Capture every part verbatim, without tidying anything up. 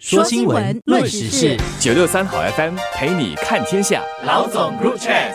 说新闻，论时事， 九六三好 F M 陪你看天下。 老总 Group Chat。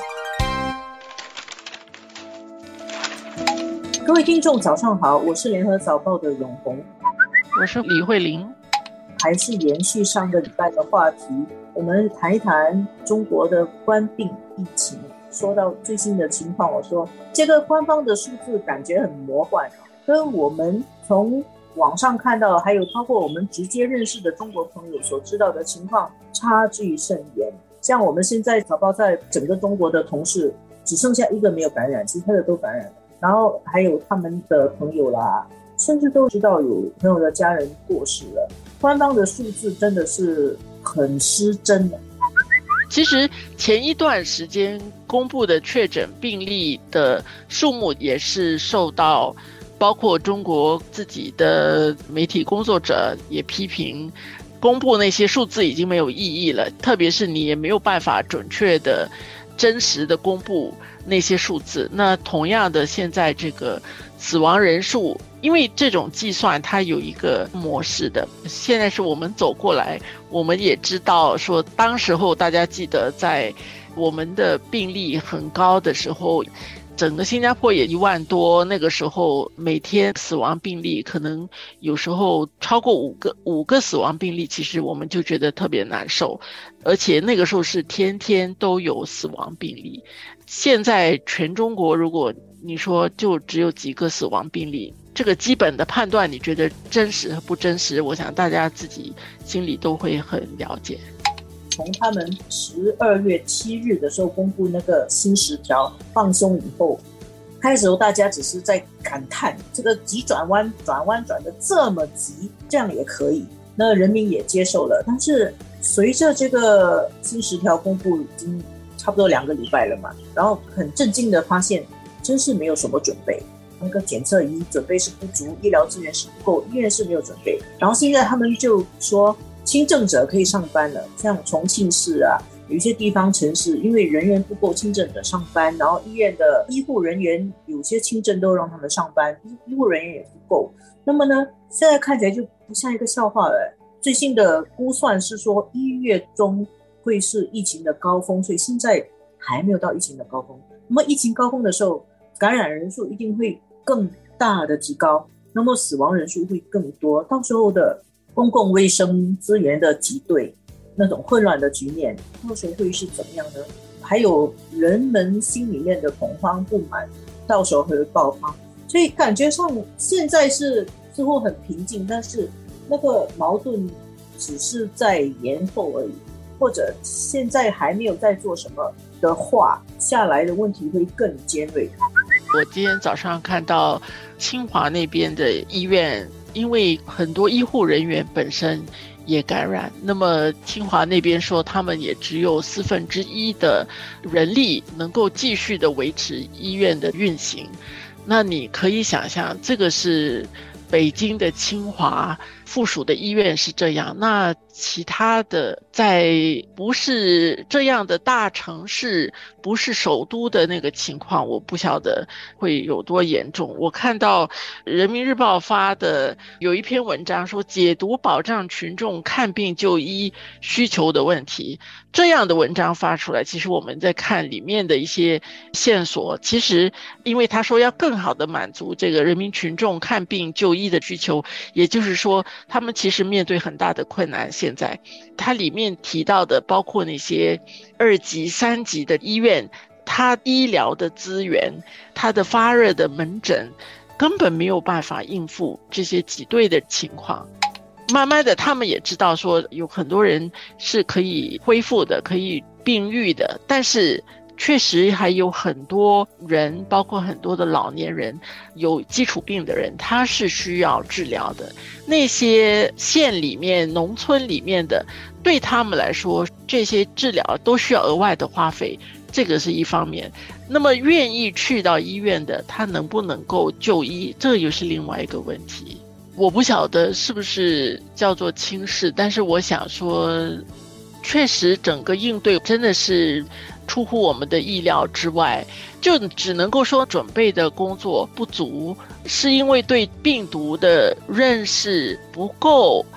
各位听众早上好，我是联合早报的永红， 我是李慧玲。 还是延续上个礼拜的话题，我们谈一谈中国的官病疫情。说到最新的情况，我说这个官方的数字感觉很魔幻，跟我们从网上看到，还有包括我们直接认识的中国朋友所知道的情况差距甚远。像我们现在早报在整个中国的同事只剩下一个没有感染，其他的都感染了，然后还有他们的朋友啦，甚至都知道有朋友的家人过世了。官方的数字真的是很失真的。 其实前一段时间公布的确诊病例的数目也是受到包括中国自己的媒体工作者也批评，公布那些数字已经没有意义了，特别是你也没有办法准确的真实的公布那些数字。那同样的，现在这个死亡人数，因为这种计算它有一个模式的，现在是我们走过来，我们也知道说当时候大家记得在我们的病例很高的时候，整个新加坡也一万多，那个时候每天死亡病例可能有时候超过五个五个死亡病例，其实我们就觉得特别难受，而且那个时候是天天都有死亡病例。现在全中国如果你说就只有几个死亡病例，这个基本的判断你觉得真实和不真实，我想大家自己心里都会很了解。 从他们十二月七日的时候公布那个新十条放松以后，开始大家只是在感叹这个急转弯转弯转得这么急，这样也可以，那人民也接受了。但是随着这个新十条公布已经差不多两个礼拜了嘛，然后很震惊的发现真是没有什么准备，那个检测仪准备是不足，医疗资源是不够，医院是没有准备。然后现在他们就说轻症者可以上班了，像重庆市啊，有一些地方城市因为人员不够，轻症者上班，然后医院的医护人员有些轻症都让他们上班，医护人员也不够。那么呢，现在看起来就不像一个笑话了。最新的估算是说一月中会是疫情的高峰，所以现在还没有到疫情的高峰。那么疫情高峰的时候，感染人数一定会更大的提高，那么死亡人数会更多，到时候的公共卫生资源的挤兑，那种混乱的局面，到时候会是怎么样呢？还有人们心里面的恐慌不满，到时候会爆发。所以感觉上现在是似乎很平静，但是那个矛盾只是在延后而已，或者现在还没有在做什么的话，下来的问题会更尖锐。 我今天早上看到清华那边的医院，因为很多医护人员本身也感染，那么清华那边说他们也只有四分之一的人力能够继续的维持医院的运行。那你可以想象，这个是北京的清华附属的医院是这样，那其他的在不是这样的大城市，不是首都的那个情况，我不晓得会有多严重。我看到人民日报发的有一篇文章说，解读保障群众看病就医需求的问题，这样的文章发出来，其实我们在看里面的一些线索，其实因为他说要更好的满足这个人民群众看病就医的需求，也就是说他们其实面对很大的困难。现在它里面提到的包括那些二级三级的医院，它医疗的资源，它的发热的门诊根本没有办法应付这些挤兑的情况。慢慢的他们也知道说有很多人是可以恢复的，可以病愈的，但是确实还有很多人，包括很多的老年人，有基础病的人，他是需要治疗的。那些县里面农村里面的，对他们来说这些治疗都需要额外的花费，这个是一方面。那么愿意去到医院的，他能不能够就医，这又是另外一个问题。我不晓得是不是叫做轻视，但是我想说确实整个应对真的是出乎我们的意料之外，就只能够说准备的工作不足，是因为对病毒的认识不够，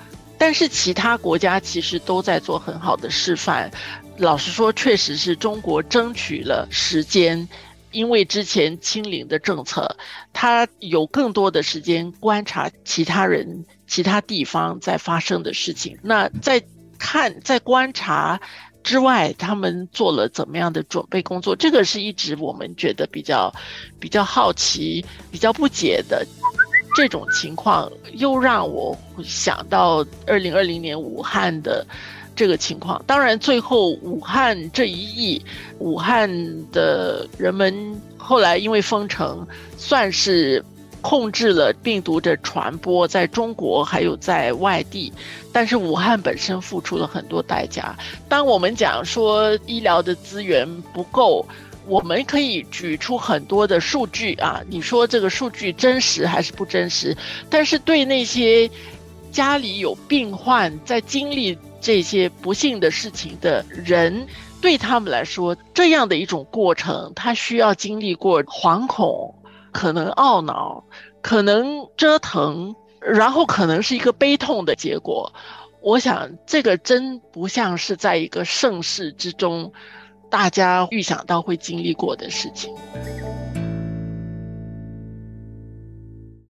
但是其他国家其实都在做很好的示范。老实说，确实是中国争取了时间，因为之前清零的政策，他有更多的时间观察其他人、其他地方在发生的事情。那在看、在观察之外，他们做了怎么样的准备工作？这个是一直我们觉得比较、比较好奇、比较不解的。这种情况又让我想到二零二零年武汉的这个情况。当然最后武汉这一役，武汉的人们后来因为封城算是控制了病毒的传播，在中国还有在外地，但是武汉本身付出了很多代价。当我们讲说医疗的资源不够，我们可以举出很多的数据啊，你说这个数据真实还是不真实？但是对那些家里有病患，在经历这些不幸的事情的人，对他们来说，这样的一种过程，他需要经历过惶恐，可能懊恼，可能折腾，然后可能是一个悲痛的结果。我想这个真不像是在一个盛世之中大家预想到会经历过的事情。